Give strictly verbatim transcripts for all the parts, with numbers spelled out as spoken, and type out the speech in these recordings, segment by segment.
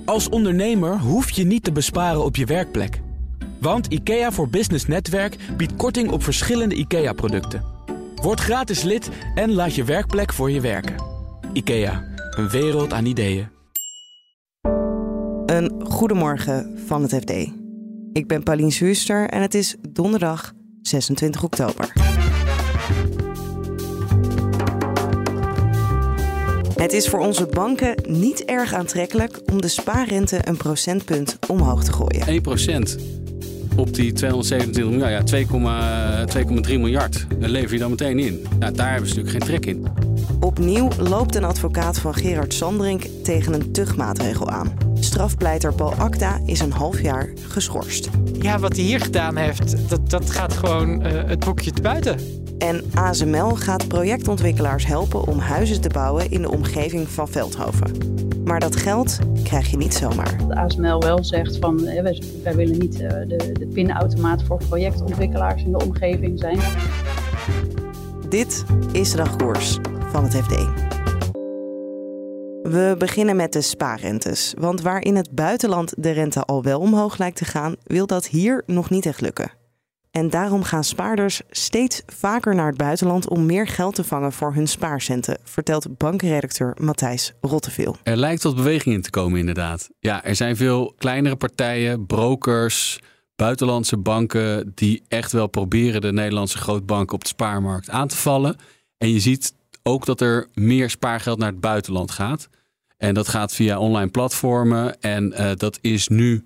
Als ondernemer hoef je niet te besparen op je werkplek. Want IKEA voor Business Netwerk biedt korting op verschillende IKEA-producten. Word gratis lid en laat je werkplek voor je werken. IKEA, een wereld aan ideeën. Een goedemorgen van het F D. Ik ben Paulien Zuster en het is donderdag zesentwintig oktober. Het is voor onze banken niet erg aantrekkelijk om de spaarrente een procentpunt omhoog te gooien. één procent op die tweehonderdzevenentwintig miljard, ja, twee komma drie miljard. Daar lever je dan meteen in. Ja, daar hebben ze natuurlijk geen trek in. Opnieuw loopt een advocaat van Gerard Sandring tegen een tuchtmaatregel aan. Strafpleiter Paul Akta is een half jaar geschorst. Ja, wat hij hier gedaan heeft, dat, dat gaat gewoon uh, het boekje te buiten. En A S M L gaat projectontwikkelaars helpen om huizen te bouwen in de omgeving van Veldhoven. Maar dat geld krijg je niet zomaar. De A S M L wel zegt van eh, wij, wij willen niet uh, de, de pinautomaat voor projectontwikkelaars in de omgeving zijn. Dit is de dagkoers van het F D. We beginnen met de spaarrentes. Want waar in het buitenland de rente al wel omhoog lijkt te gaan, wil dat hier nog niet echt lukken. En daarom gaan spaarders steeds vaker naar het buitenland om meer geld te vangen voor hun spaarcenten, vertelt bankredacteur Matthijs Rotteveel. Er lijkt wat beweging in te komen inderdaad. Ja, er zijn veel kleinere partijen, brokers, buitenlandse banken die echt wel proberen de Nederlandse grootbanken op de spaarmarkt aan te vallen. En je ziet ook dat er meer spaargeld naar het buitenland gaat. En dat gaat via online platformen en uh, dat is nu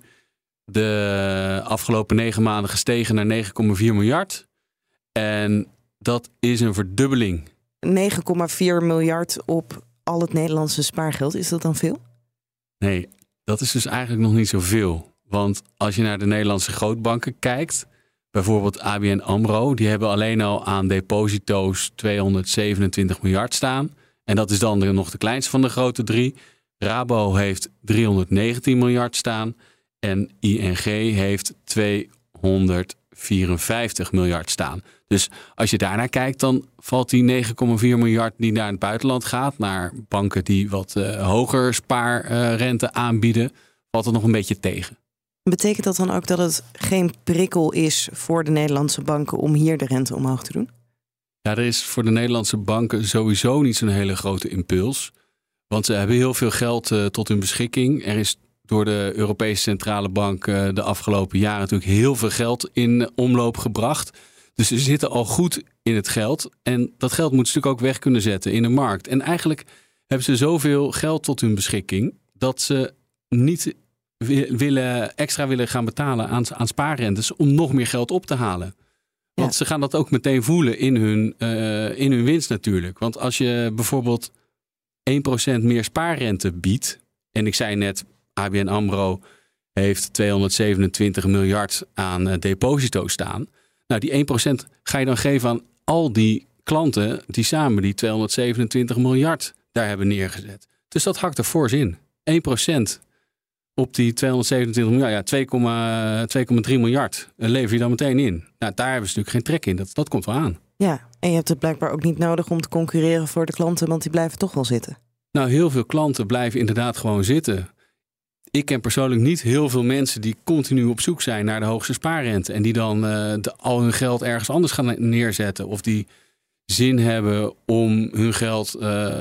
de afgelopen negen maanden gestegen naar negen komma vier miljard. En dat is een verdubbeling. negen komma vier miljard op al het Nederlandse spaargeld, is dat dan veel? Nee, dat is dus eigenlijk nog niet zoveel. Want als je naar de Nederlandse grootbanken kijkt, bijvoorbeeld A B N AMRO, die hebben alleen al aan deposito's tweehonderdzevenentwintig miljard staan. En dat is dan de, nog de kleinste van de grote drie. Rabo heeft driehonderdnegentien miljard staan. En I N G heeft tweehonderdvierenvijftig miljard staan. Dus als je daarnaar kijkt, dan valt die negen komma vier miljard die naar het buitenland gaat, naar banken die wat uh, hoger spaarrente uh, aanbieden, valt het nog een beetje tegen. Betekent dat dan ook dat het geen prikkel is voor de Nederlandse banken om hier de rente omhoog te doen? Ja, er is voor de Nederlandse banken sowieso niet zo'n hele grote impuls. Want ze hebben heel veel geld uh, tot hun beschikking. Er is door de Europese Centrale Bank uh, de afgelopen jaren natuurlijk heel veel geld in omloop gebracht. Dus ze zitten al goed in het geld. En dat geld moeten ze natuurlijk ook weg kunnen zetten in de markt. En eigenlijk hebben ze zoveel geld tot hun beschikking dat ze niet willen, extra willen gaan betalen aan, aan spaarrentes om nog meer geld op te halen. Want ja. Ze gaan dat ook meteen voelen in hun, uh, in hun winst natuurlijk. Want als je bijvoorbeeld één procent meer spaarrente biedt, en ik zei net, A B N AMRO heeft tweehonderdzevenentwintig miljard aan uh, deposito's staan. Nou, die één procent ga je dan geven aan al die klanten die samen die tweehonderdzevenentwintig miljard daar hebben neergezet. Dus dat hakt er fors in. één procent op die tweehonderdzevenentwintig miljard, ja, twee komma drie miljard lever je dan meteen in. Nou, daar hebben ze natuurlijk geen trek in. Dat, dat komt wel aan. Ja, en je hebt het blijkbaar ook niet nodig om te concurreren voor de klanten, want die blijven toch wel zitten. Nou, heel veel klanten blijven inderdaad gewoon zitten. Ik ken persoonlijk niet heel veel mensen die continu op zoek zijn naar de hoogste spaarrente. En die dan uh, de, al hun geld ergens anders gaan neerzetten. Of die zin hebben om hun geld uh,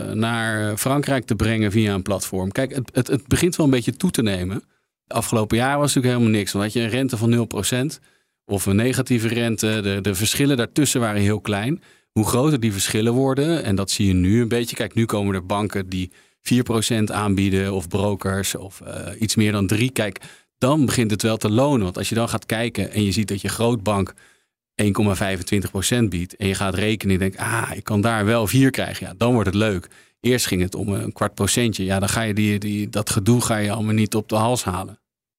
naar Frankrijk te brengen via een platform. Kijk, het, het, het begint wel een beetje toe te nemen. De afgelopen jaren was het natuurlijk helemaal niks. Dan had je een rente van nul procent of een negatieve rente. De, de verschillen daartussen waren heel klein. Hoe groter die verschillen worden, en dat zie je nu een beetje. Kijk, nu komen er banken die vier procent aanbieden of brokers of uh, iets meer dan drie. Kijk, dan begint het wel te lonen. Want als je dan gaat kijken en je ziet dat je grootbank één komma vijfentwintig procent biedt en je gaat rekenen en je denkt, ah, ik kan daar wel vier krijgen. Ja, dan wordt het leuk. Eerst ging het om een kwart procentje. Ja, dan ga je die, die, dat gedoe ga je allemaal niet op de hals halen.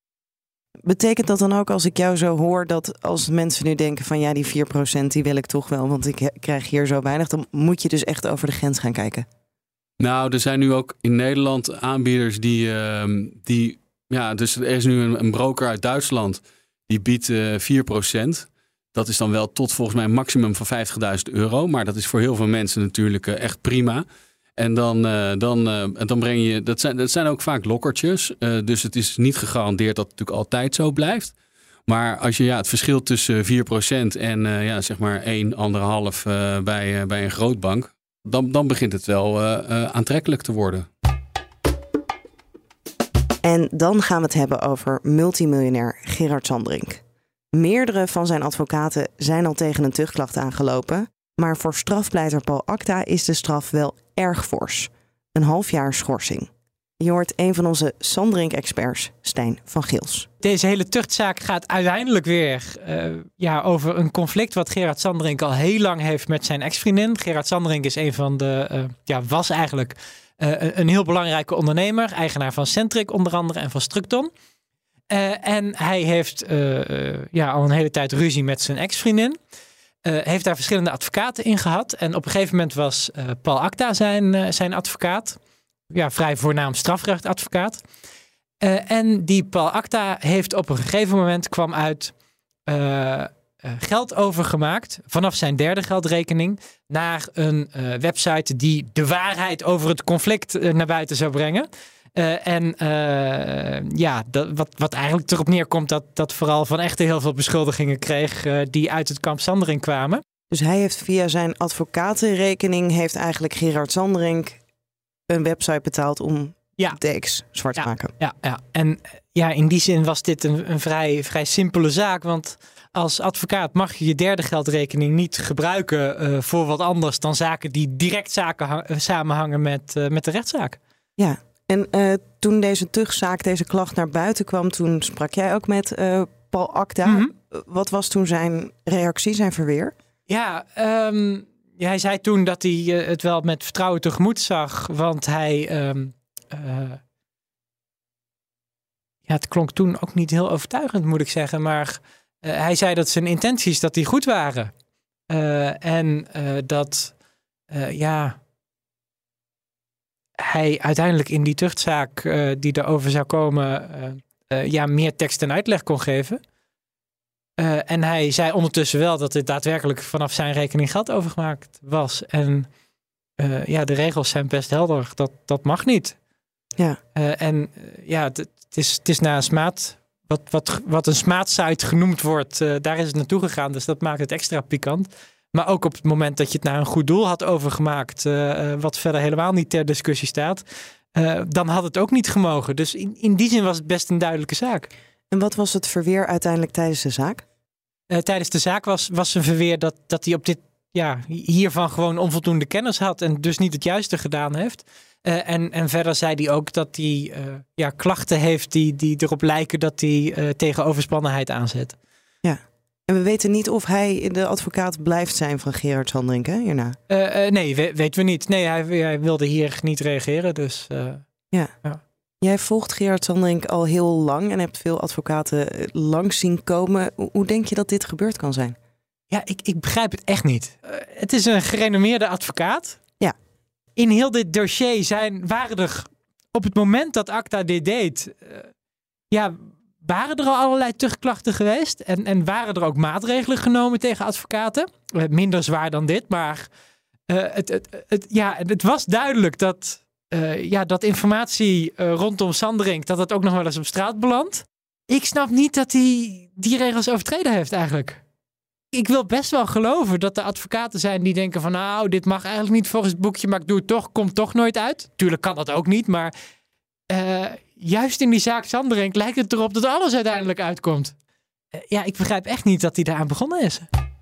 Betekent dat dan ook, als ik jou zo hoor, dat als mensen nu denken van ja, die vier procent die wil ik toch wel, want ik krijg hier zo weinig, dan moet je dus echt over de grens gaan kijken? Nou, er zijn nu ook in Nederland aanbieders die, uh, die ja, dus er is nu een, een broker uit Duitsland die biedt uh, vier procent. Dat is dan wel tot volgens mij een maximum van vijftigduizend euro. Maar dat is voor heel veel mensen natuurlijk uh, echt prima. En dan, uh, dan, uh, dan breng je... Dat zijn, dat zijn ook vaak lokkertjes. Uh, dus het is niet gegarandeerd dat het natuurlijk altijd zo blijft. Maar als je ja, het verschil tussen vier procent en uh, ja, zeg maar één, anderhalf uh, bij, uh, bij een grootbank... Dan, dan begint het wel uh, uh, aantrekkelijk te worden. En dan gaan we het hebben over multimiljonair Gerard Sanderink. Meerdere van zijn advocaten zijn al tegen een tuchtklacht aangelopen. Maar voor strafpleiter Paul Akta is de straf wel erg fors. Een half jaar schorsing. Je hoort een van onze Sanderink-experts, Stijn van Gils. Deze hele tuchtzaak gaat uiteindelijk weer uh, ja, over een conflict wat Gerard Sanderink al heel lang heeft met zijn ex-vriendin. Gerard Sanderink is een van de, uh, ja, was eigenlijk uh, een heel belangrijke ondernemer. Eigenaar van Centric onder andere en van Structon. Uh, en hij heeft uh, uh, ja, al een hele tijd ruzie met zijn ex-vriendin. Uh, heeft daar verschillende advocaten in gehad. En op een gegeven moment was uh, Paul Akta zijn, uh, zijn advocaat. Ja, vrij voornaam strafrechtadvocaat. Uh, en die Paul Akta heeft op een gegeven moment kwam uit uh, uh, geld overgemaakt vanaf zijn derde geldrekening naar een uh, website die de waarheid over het conflict uh, naar buiten zou brengen. Uh, en uh, ja, dat, wat, wat eigenlijk erop neerkomt dat, dat vooral Van Echten heel veel beschuldigingen kreeg uh, die uit het kamp Sanderink kwamen. Dus hij heeft via zijn advocatenrekening heeft eigenlijk Gerard Sanderink een website betaald om ja. de ex zwart te ja, maken. Ja, ja, en ja, in die zin was dit een, een vrij, vrij simpele zaak. Want als advocaat mag je je derde geldrekening niet gebruiken uh, voor wat anders dan zaken die direct zaken hang, samenhangen met, uh, met de rechtszaak. Ja, en uh, toen deze tuchtzaak, deze klacht naar buiten kwam, toen sprak jij ook met uh, Paul Akta. Mm-hmm. Wat was toen zijn reactie, zijn verweer? Ja, um, ja, hij zei toen dat hij uh, het wel met vertrouwen tegemoet zag, want hij... Um, uh, ja, het klonk toen ook niet heel overtuigend, moet ik zeggen. Maar uh, hij zei dat zijn intenties dat die goed waren. Uh, en uh, dat, uh, ja... hij uiteindelijk in die tuchtzaak uh, die erover zou komen... Uh, uh, ja, meer tekst en uitleg kon geven. Uh, en hij zei ondertussen wel dat het daadwerkelijk vanaf zijn rekening geld overgemaakt was. En uh, ja, de regels zijn best helder. Dat, dat mag niet. Ja. Uh, en uh, ja, het, het, is, het is na een smaad... Wat, wat, wat een smaadsite genoemd wordt, uh, daar is het naartoe gegaan. Dus dat maakt het extra pikant. Maar ook op het moment dat je het naar een goed doel had overgemaakt... Uh, wat verder helemaal niet ter discussie staat... Uh, dan had het ook niet gemogen. Dus in, in die zin was het best een duidelijke zaak. En wat was het verweer uiteindelijk tijdens de zaak? Uh, tijdens de zaak was, was een verweer dat, dat hij op dit, ja, hiervan gewoon onvoldoende kennis had... en dus niet het juiste gedaan heeft. Uh, en, en verder zei hij ook dat hij uh, ja, klachten heeft die, die erop lijken... dat hij uh, tegen overspannenheid aanzet. Ja. En we weten niet of hij de advocaat blijft zijn van Gerard Sanderink, hè, hierna? Uh, uh, nee, we, weten we niet. Nee, hij, hij wilde hier niet reageren, dus... Uh, ja. ja. Jij volgt Gerard Sanderink al heel lang en hebt veel advocaten langs zien komen. Hoe denk je dat dit gebeurd kan zijn? Ja, ik, ik begrijp het echt niet. Uh, het is een gerenommeerde advocaat. Ja. In heel dit dossier zijn, waren er op het moment dat Akta dit deed... Uh, ja, waren er al allerlei tuchtklachten geweest. En, en waren er ook maatregelen genomen tegen advocaten. Uh, minder zwaar dan dit, maar uh, het, het, het, ja, het was duidelijk dat... Uh, ja, dat informatie uh, rondom Sanderink, dat het ook nog wel eens op straat belandt. Ik snap niet dat hij die regels overtreden heeft eigenlijk. Ik wil best wel geloven dat er advocaten zijn die denken van... nou, dit mag eigenlijk niet volgens het boekje, maar ik doe het toch, komt toch nooit uit. Tuurlijk kan dat ook niet, maar uh, juist in die zaak Sanderink lijkt het erop dat alles uiteindelijk uitkomt. Uh, ja, ik begrijp echt niet dat hij daaraan begonnen is.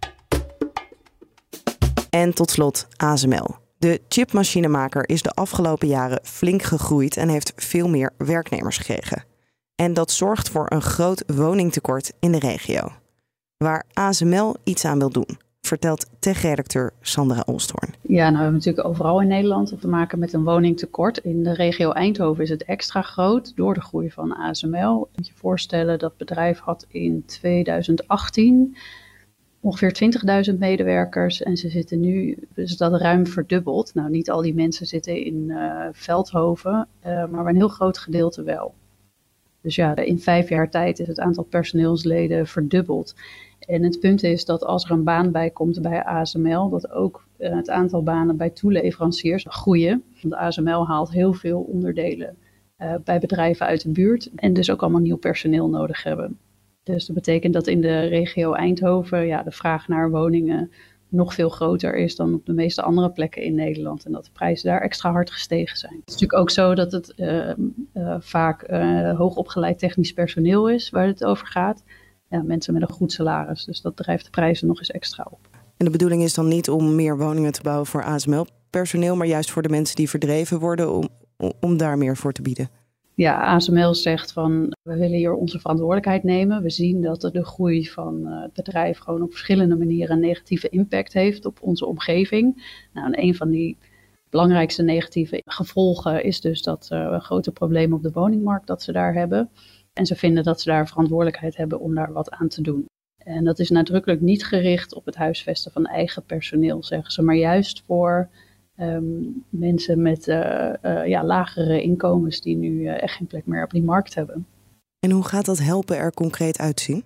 En tot slot A S M L. De chipmachinemaker is de afgelopen jaren flink gegroeid en heeft veel meer werknemers gekregen. En dat zorgt voor een groot woningtekort in de regio. Waar A S M L iets aan wil doen, vertelt tech-redacteur Sandra Olsthoorn. Ja, nou, we hebben natuurlijk overal in Nederland te maken met een woningtekort. In de regio Eindhoven is het extra groot door de groei van A S M L. Je moet je voorstellen, dat bedrijf had in tweeduizend achttien... ongeveer twintigduizend medewerkers en ze zitten nu, dus dat ruim verdubbeld. Nou, niet al die mensen zitten in uh, Veldhoven, uh, maar een heel groot gedeelte wel. Dus ja, in vijf jaar tijd is het aantal personeelsleden verdubbeld. En het punt is dat als er een baan bij komt bij A S M L, dat ook uh, het aantal banen bij toeleveranciers groeien. Want A S M L haalt heel veel onderdelen uh, bij bedrijven uit de buurt en dus ook allemaal nieuw personeel nodig hebben. Dus dat betekent dat in de regio Eindhoven ja, de vraag naar woningen nog veel groter is dan op de meeste andere plekken in Nederland. En dat de prijzen daar extra hard gestegen zijn. Het is natuurlijk ook zo dat het uh, uh, vaak uh, hoogopgeleid technisch personeel is waar het over gaat. Ja, mensen met een goed salaris. Dus dat drijft de prijzen nog eens extra op. En de bedoeling is dan niet om meer woningen te bouwen voor A S M L-personeel, maar juist voor de mensen die verdreven worden, om, om daar meer voor te bieden? Ja, A S M L zegt van, we willen hier onze verantwoordelijkheid nemen. We zien dat de groei van het bedrijf gewoon op verschillende manieren een negatieve impact heeft op onze omgeving. Nou, en een van die belangrijkste negatieve gevolgen is dus dat uh, grote problemen op de woningmarkt dat ze daar hebben. En ze vinden dat ze daar verantwoordelijkheid hebben om daar wat aan te doen. En dat is nadrukkelijk niet gericht op het huisvesten van eigen personeel, zeggen ze, maar juist voor um, mensen met uh, uh, ja, lagere inkomens die nu uh, echt geen plek meer op die markt hebben. En hoe gaat dat helpen er concreet uitzien?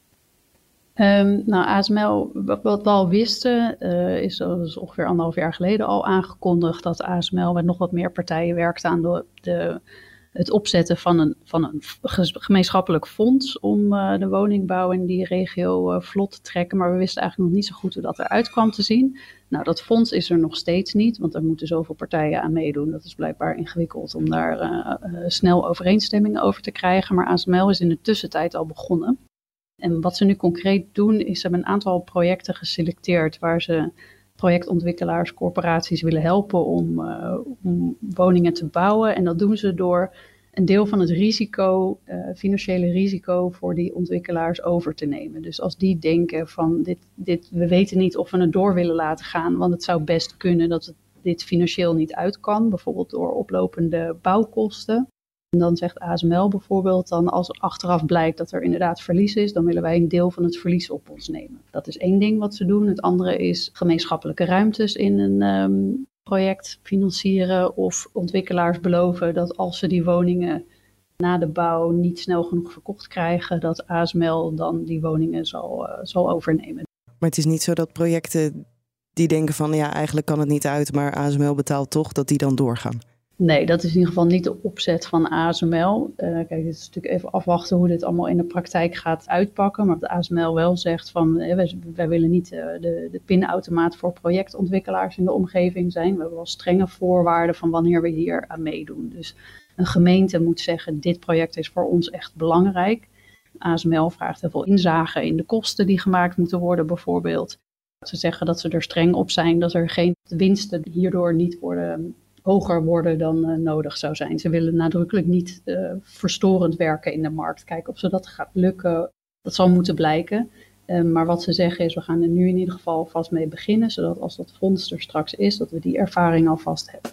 Um, nou, A S M L, wat, wat we al wisten, uh, is, is ongeveer anderhalf jaar geleden al aangekondigd dat A S M L met nog wat meer partijen werkt aan de, de, het opzetten van een, van een gemeenschappelijk fonds om uh, de woningbouw in die regio uh, vlot te trekken. Maar we wisten eigenlijk nog niet zo goed hoe dat eruit kwam te zien. Nou, dat fonds is er nog steeds niet, want er moeten zoveel partijen aan meedoen. Dat is blijkbaar ingewikkeld om daar uh, uh, snel overeenstemming over te krijgen. Maar A S M L is in de tussentijd al begonnen. En wat ze nu concreet doen, is ze hebben een aantal projecten geselecteerd waar ze projectontwikkelaars, corporaties willen helpen om, uh, om woningen te bouwen. En dat doen ze door een deel van het risico, uh, financiële risico voor die ontwikkelaars over te nemen. Dus als die denken van dit, dit, we weten niet of we het door willen laten gaan, want het zou best kunnen dat het, dit financieel niet uit kan, bijvoorbeeld door oplopende bouwkosten. En dan zegt A S M L bijvoorbeeld, dan als achteraf blijkt dat er inderdaad verlies is, dan willen wij een deel van het verlies op ons nemen. Dat is één ding wat ze doen. Het andere is gemeenschappelijke ruimtes in een um, project financieren of ontwikkelaars beloven dat als ze die woningen na de bouw niet snel genoeg verkocht krijgen, dat A S M L dan die woningen zal, uh, zal overnemen. Maar het is niet zo dat projecten die denken van ja, eigenlijk kan het niet uit, maar A S M L betaalt toch, dat die dan doorgaan? Nee, dat is in ieder geval niet de opzet van A S M L. Uh, kijk, het is natuurlijk even afwachten hoe dit allemaal in de praktijk gaat uitpakken. Maar wat A S M L wel zegt van, eh, wij, wij willen niet uh, de, de pinautomaat voor projectontwikkelaars in de omgeving zijn. We hebben wel strenge voorwaarden van wanneer we hier aan meedoen. Dus een gemeente moet zeggen, dit project is voor ons echt belangrijk. A S M L vraagt heel veel inzage in de kosten die gemaakt moeten worden bijvoorbeeld. Ze zeggen dat ze er streng op zijn, dat er geen winsten hierdoor niet worden hoger worden dan uh, nodig zou zijn. Ze willen nadrukkelijk niet uh, verstorend werken in de markt. Kijken of ze dat gaat lukken, dat zal moeten blijken. Uh, maar wat ze zeggen is, we gaan er nu in ieder geval vast mee beginnen, zodat als dat fonds er straks is, dat we die ervaring alvast hebben.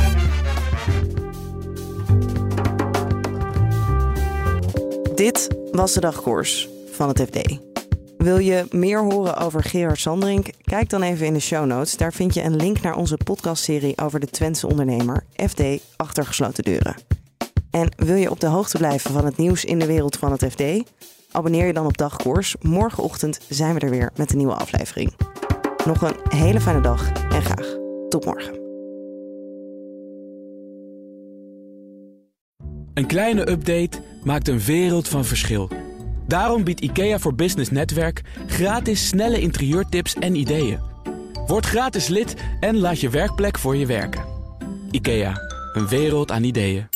Dit was de dagkoers van het F D. Wil je meer horen over Gerard Sanderink? Kijk dan even in de show notes. Daar vind je een link naar onze podcastserie over de Twentse ondernemer F D achter gesloten deuren. En wil je op de hoogte blijven van het nieuws in de wereld van het F D? Abonneer je dan op Dagkoers. Morgenochtend zijn we er weer met een nieuwe aflevering. Nog een hele fijne dag en graag tot morgen. Een kleine update maakt een wereld van verschil. Daarom biedt IKEA voor Business Netwerk gratis snelle interieurtips en ideeën. Word gratis lid en laat je werkplek voor je werken. IKEA, een wereld aan ideeën.